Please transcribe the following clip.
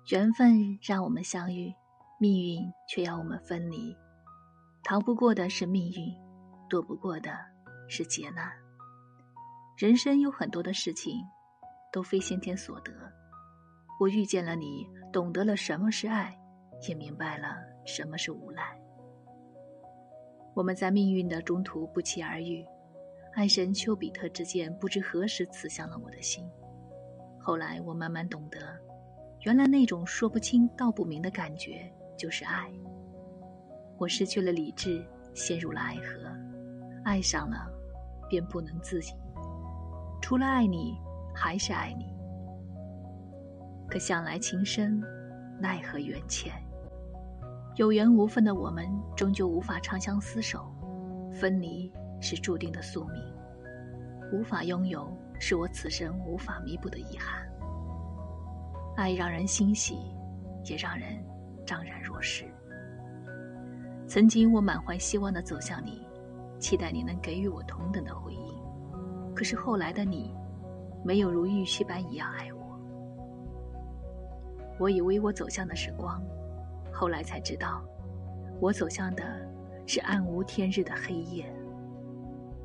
缘分让我们相遇，命运却要我们分离。逃不过的是命运，躲不过的是劫难。人生有很多的事情都非先天所得。我遇见了你，懂得了什么是爱，也明白了什么是无奈。我们在命运的中途不期而遇，爱神丘比特之箭不知何时刺向了我的心。后来我慢慢懂得，原来那种说不清道不明的感觉就是爱。我失去了理智，陷入了爱河，爱上了便不能自已。除了爱你，还是爱你。可向来情深，奈何缘浅。有缘无分的我们，终究无法长相厮守。分离是注定的宿命，无法拥有是我此生无法弥补的遗憾。爱让人欣喜，也让人怅然若失。曾经我满怀希望地走向你，期待你能给予我同等的回应。可是后来的你，没有如预期般一样爱我。我以为我走向的是光，后来才知道，我走向的是暗无天日的黑夜。